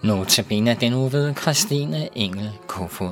Notabene den uge ved Christine Engel Kofod.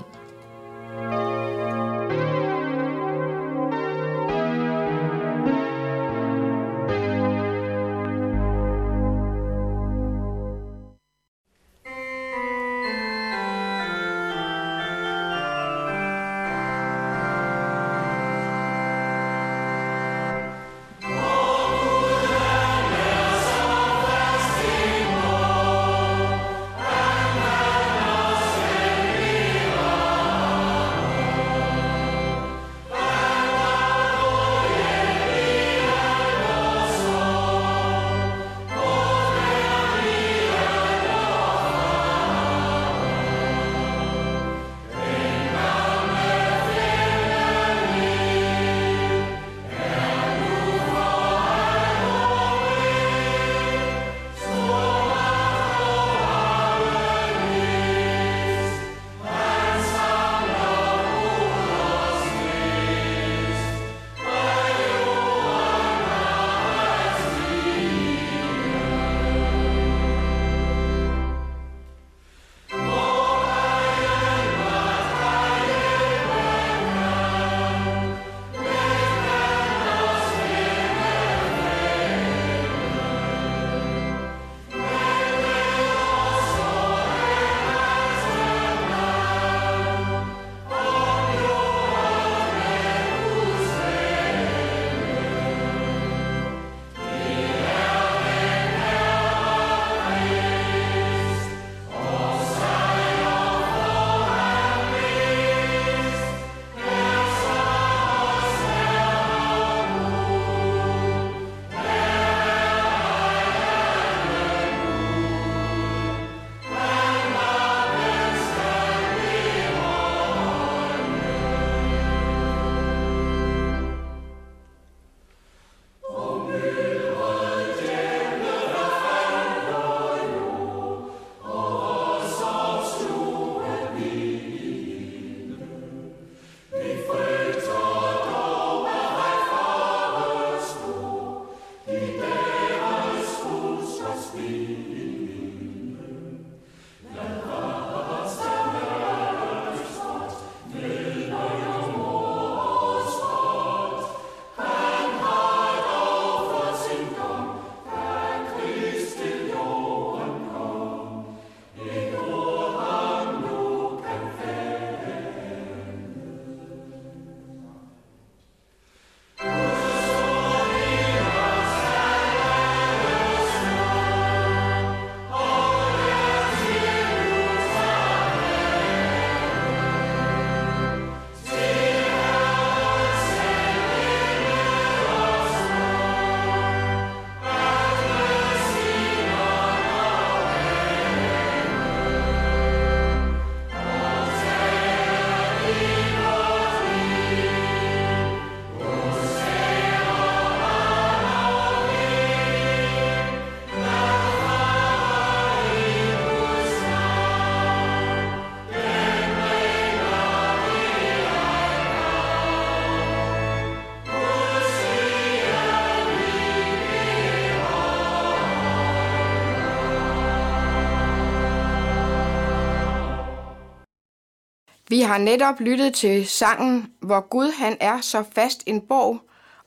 Vi har netop lyttet til sangen, hvor Gud han er så fast en borg.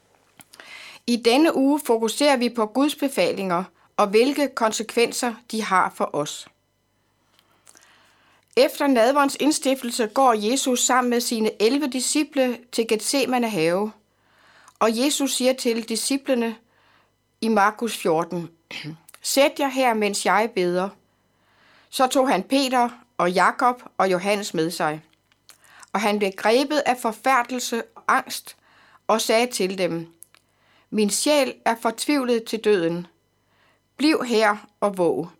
I denne uge fokuserer vi på Guds befalinger og hvilke konsekvenser de har for os. Efter nadverens indstiftelse går Jesus sammen med sine 11 disciple til Getsemane have, og Jesus siger til disciplene i Markus 14, sæt jer her, mens jeg beder. Så tog han Peter og Jakob og Johannes med sig, og han blev grebet af forfærdelse og angst og sagde til dem, min sjæl er fortvivlet til døden. Bliv her og våg.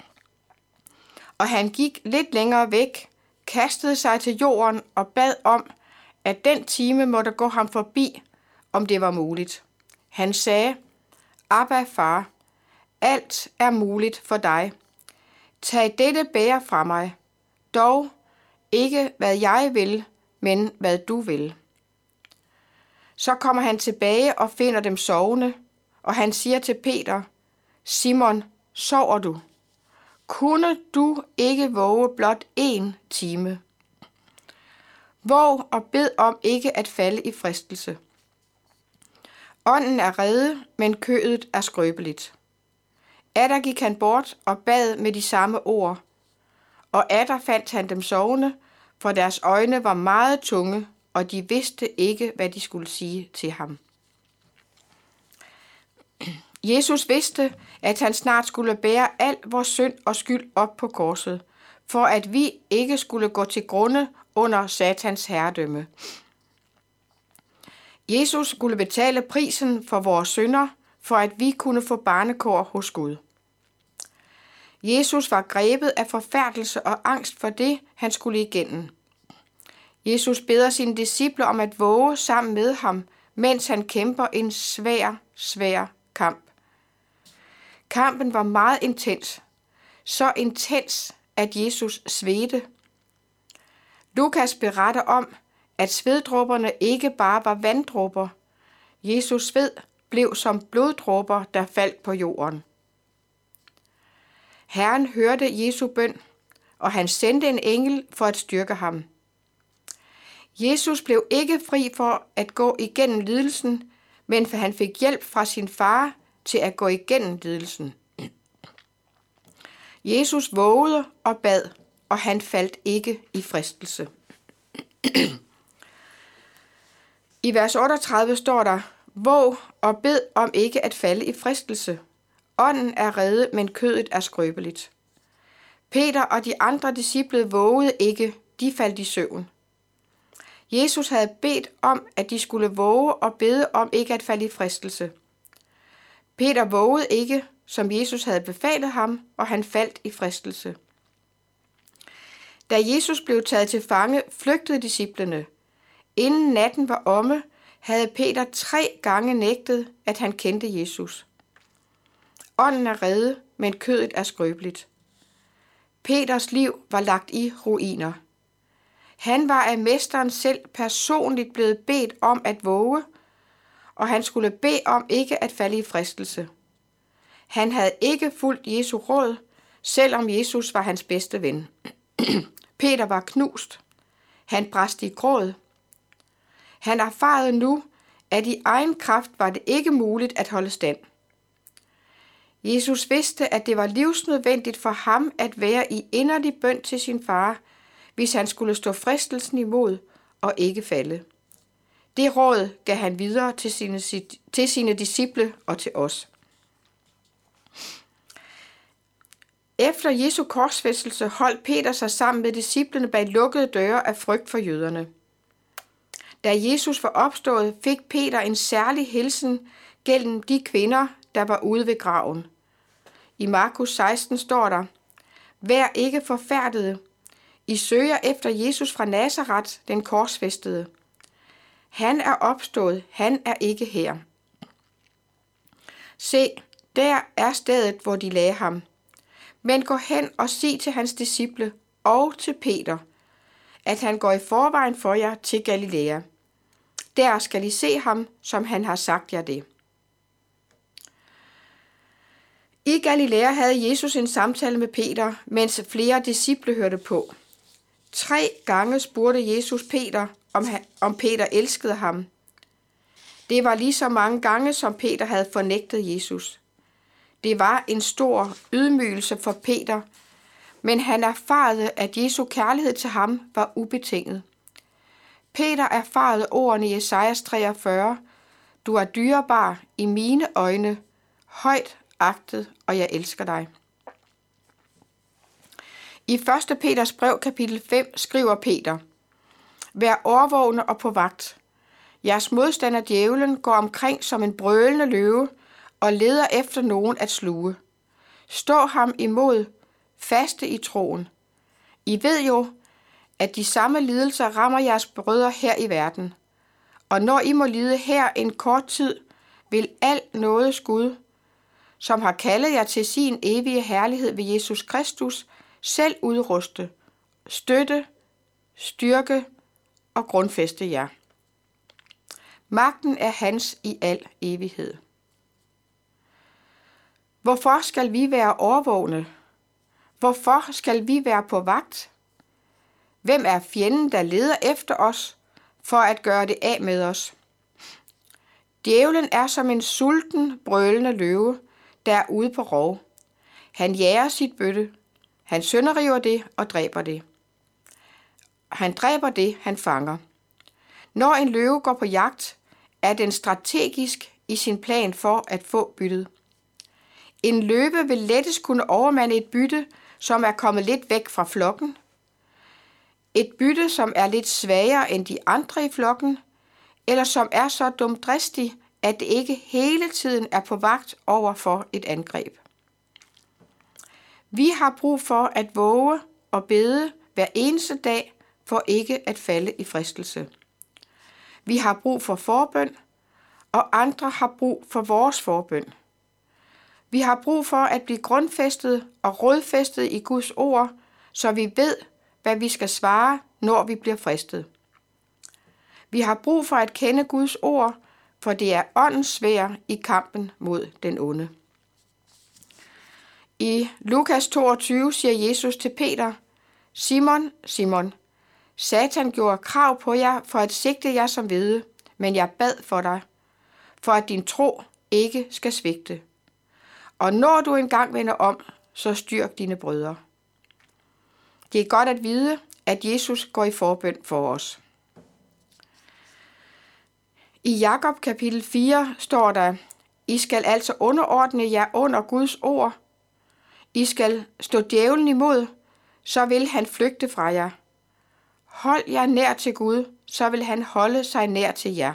Og han gik lidt længere væk, kastede sig til jorden og bad om, at den time måtte gå ham forbi, om det var muligt. Han sagde, Abba, far, alt er muligt for dig. Tag dette bæger fra mig, dog ikke hvad jeg vil, men hvad du vil. Så kommer han tilbage og finder dem sovende, og han siger til Peter, Simon, sover du? kunne du ikke våge blot 1 time? Våg og bed om ikke at falde i fristelse. Ånden er rede, men kødet er skrøbeligt. Atter gik han bort og bad med de samme ord, og atter fandt han dem sovende, for deres øjne var meget tunge, og de vidste ikke, hvad de skulle sige til ham. Jesus vidste, at han snart skulle bære al vores synd og skyld op på korset, for at vi ikke skulle gå til grunde under Satans herredømme. Jesus skulle betale prisen for vores synder, for at vi kunne få barnekår hos Gud. Jesus var grebet af forfærdelse og angst for det, han skulle igennem. Jesus beder sine disciple om at våge sammen med ham, mens han kæmper en svær kamp. Kampen var meget intens, så intens, at Jesus svedte. Lukas beretter om, at sveddråberne ikke bare var vanddråber. Jesus sved blev som bloddråber, der faldt på jorden. Herren hørte Jesu bøn, og han sendte en engel for at styrke ham. Jesus blev ikke fri for at gå igennem lidelsen, men for han fik hjælp fra sin far til at gå igennem lidelsen. Jesus vågede og bad, og han faldt ikke i fristelse. I vers 38 står der, våg og bed om ikke at falde i fristelse. Ånden er rede, men kødet er skrøbeligt. Peter og de andre disciple vågede ikke, de faldt i søvn. Jesus havde bedt om, at de skulle våge og bede om ikke at falde i fristelse. Peter vågede ikke, som Jesus havde befalet ham, og han faldt i fristelse. Da Jesus blev taget til fange, flygtede disciplene. Inden natten var omme, havde Peter 3 gange nægtet, at han kendte Jesus. Ånden er rede, men kødet er skrøbeligt. Peters liv var lagt i ruiner. Han var af mesteren selv personligt blevet bedt om at våge, og han skulle bede om ikke at falde i fristelse. Han havde ikke fulgt Jesu råd, selvom Jesus var hans bedste ven. Peter var knust. Han brast i gråd. Han erfarede nu, at i egen kraft var det ikke muligt at holde stand. Jesus vidste, at det var livsnødvendigt for ham at være i inderlig bøn til sin far, hvis han skulle stå fristelsen imod og ikke falde. Det råd gav han videre til sine disciple og til os. Efter Jesu korsfæstelse holdt Peter sig sammen med disciplene bag lukkede døre af frygt for jøderne. Da Jesus var opstået, fik Peter en særlig hilsen gennem de kvinder, der var ude ved graven. I Markus 16 står der, vær ikke forfærdede. I søger efter Jesus fra Nazaret, den korsfæstede. Han er opstået, han er ikke her. Se, der er stedet, hvor de lagde ham. Men gå hen og sig til hans disciple og til Peter, at han går i forvejen for jer til Galilea. Der skal I se ham, som han har sagt jer det. I Galilea havde Jesus en samtale med Peter, mens flere disciple hørte på. 3 gange spurgte Jesus Peter, om Peter elskede ham. Det var lige så mange gange, som Peter havde fornægtet Jesus. Det var en stor ydmygelse for Peter, men han erfarede, at Jesu kærlighed til ham var ubetinget. Peter erfarede ordene i Jesajas 43, du er dyrebar i mine øjne, højt agtet, og jeg elsker dig. I 1. Peters brev, kapitel 5, skriver Peter, vær årvågne og på vagt. Jeres modstander djævlen går omkring som en brølende løve og leder efter nogen at sluge. Stå ham imod, faste i troen. I ved jo, at de samme lidelser rammer jeres brødre her i verden. Og når I må lide her en kort tid, vil alt nådes Gud, som har kaldet jer til sin evige herlighed ved Jesus Kristus, selv udruste, støtte, styrke og grundfæste jer. Magten er hans i al evighed. Hvorfor skal vi være årvågne? Hvorfor skal vi være på vagt? Hvem er fjenden, der leder efter os, for at gøre det af med os? Djævlen er som en sulten, brølende løve, der er ude på rov. Han jager sit bytte. Han sønderriver det og dræber det. Han dræber det, han fanger. Når en løve går på jagt, er den strategisk i sin plan for at få byttet. En løve vil lettest kunne overmande et bytte, som er kommet lidt væk fra flokken. Et bytte, som er lidt svagere end de andre i flokken, eller som er så dumdristig, at det ikke hele tiden er på vagt over for et angreb. Vi har brug for at våge og bede hver eneste dag for ikke at falde i fristelse. Vi har brug for forbøn, og andre har brug for vores forbøn. Vi har brug for at blive grundfæstet og rodfæstet i Guds ord, så vi ved, hvad vi skal svare, når vi bliver fristet. Vi har brug for at kende Guds ord, for det er åndens sværd i kampen mod den onde. I Lukas 22 siger Jesus til Peter: Simon, Simon, Satan gjorde krav på jer for at sigte jer som hvede, men jeg bad for dig, for at din tro ikke skal svigte. Og når du engang vender om, så styrk dine brødre. Det er godt at vide, at Jesus går i forbøn for os. I Jakob kapitel 4 står der: I skal altså underordne jer under Guds ord. I skal stå djævlen imod, så vil han flygte fra jer. Hold jer nær til Gud, så vil han holde sig nær til jer.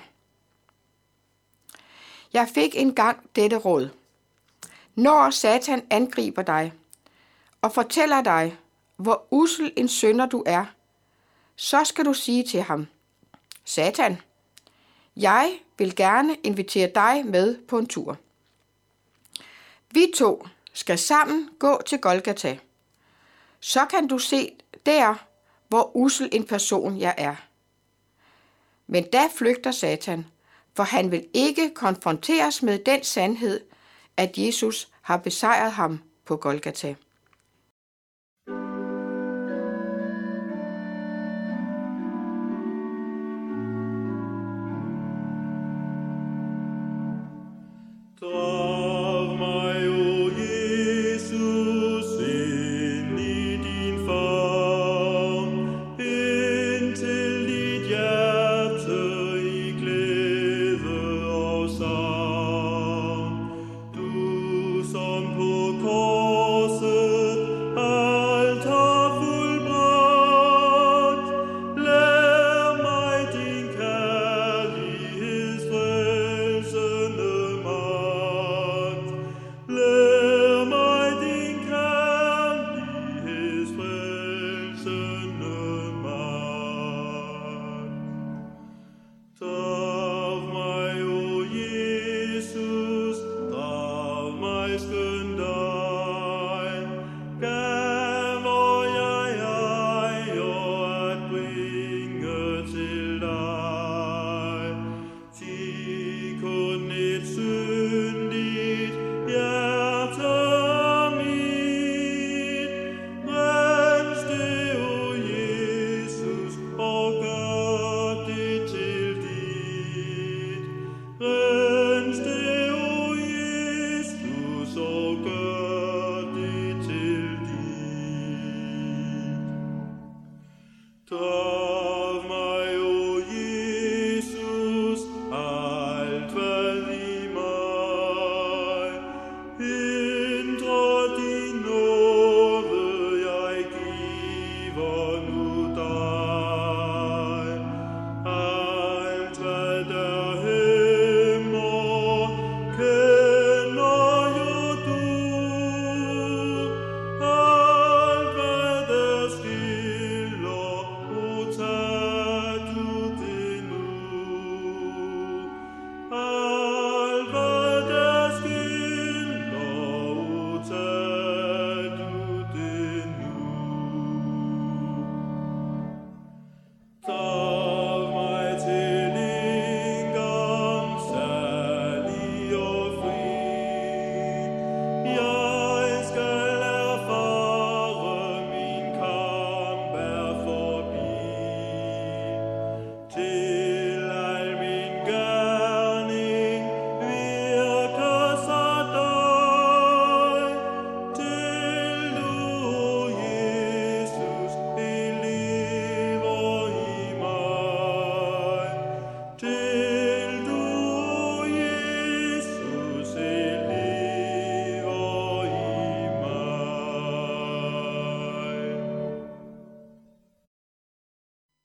Jeg fik engang dette råd. Når Satan angriber dig og fortæller dig, hvor ussel en synder du er, så skal du sige til ham: Satan, jeg vil gerne invitere dig med på en tur. Vi to skal sammen gå til Golgata. Så kan du se der, hvor ussel en person jeg er. Men da flygter Satan, for han vil ikke konfronteres med den sandhed, at Jesus har besejret ham på Golgata.